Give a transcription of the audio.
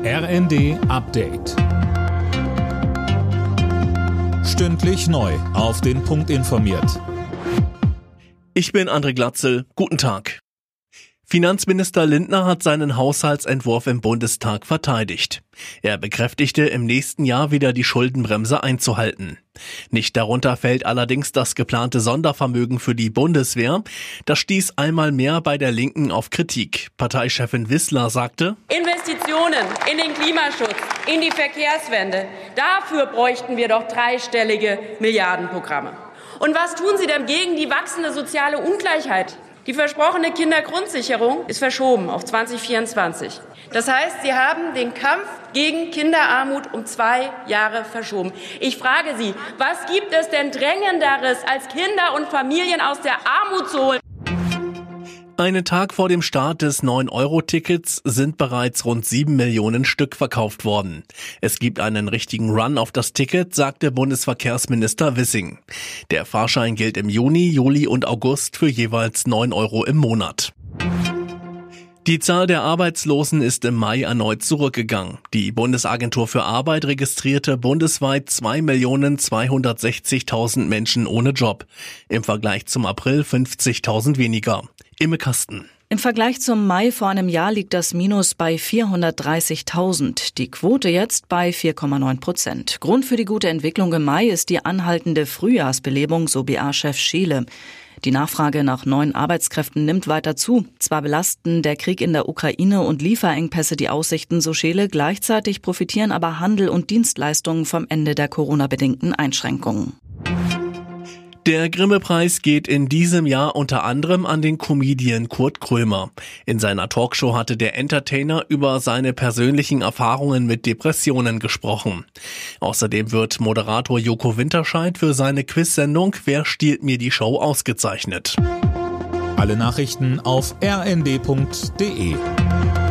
RND Update. Stündlich neu auf den Punkt informiert. Ich bin André Glatzel. Guten Tag. Finanzminister Lindner hat seinen Haushaltsentwurf im Bundestag verteidigt. Er bekräftigte, im nächsten Jahr wieder die Schuldenbremse einzuhalten. Nicht darunter fällt allerdings das geplante Sondervermögen für die Bundeswehr. Das stieß einmal mehr bei der Linken auf Kritik. Parteichefin Wissler sagte: Investitionen in den Klimaschutz, in die Verkehrswende, dafür bräuchten wir doch dreistellige Milliardenprogramme. Und was tun Sie denn gegen die wachsende soziale Ungleichheit? Die versprochene Kindergrundsicherung ist verschoben auf 2024. Das heißt, Sie haben den Kampf gegen Kinderarmut um 2 Jahre verschoben. Ich frage Sie, was gibt es denn Drängenderes, als Kinder und Familien aus der Armut zu holen? Einen Tag vor dem Start des 9-Euro-Tickets sind bereits rund 7 Millionen Stück verkauft worden. Es gibt einen richtigen Run auf das Ticket, sagte Bundesverkehrsminister Wissing. Der Fahrschein gilt im Juni, Juli und August für jeweils 9 Euro im Monat. Die Zahl der Arbeitslosen ist im Mai erneut zurückgegangen. Die Bundesagentur für Arbeit registrierte bundesweit 2.260.000 Menschen ohne Job. Im Vergleich zum April 50.000 weniger. Imme Kasten. Im Vergleich zum Mai vor einem Jahr liegt das Minus bei 430.000. Die Quote jetzt bei 4,9%. Grund für die gute Entwicklung im Mai ist die anhaltende Frühjahrsbelebung, so BA-Chef Scheele. Die Nachfrage nach neuen Arbeitskräften nimmt weiter zu. Zwar belasten der Krieg in der Ukraine und Lieferengpässe die Aussichten, so Scheele, gleichzeitig profitieren aber Handel und Dienstleistungen vom Ende der Corona-bedingten Einschränkungen. Der Grimme-Preis geht in diesem Jahr unter anderem an den Comedian Kurt Krömer. In seiner Talkshow hatte der Entertainer über seine persönlichen Erfahrungen mit Depressionen gesprochen. Außerdem wird Moderator Joko Winterscheid für seine Quiz-Sendung Wer stiehlt mir die Show ausgezeichnet. Alle Nachrichten auf rnd.de.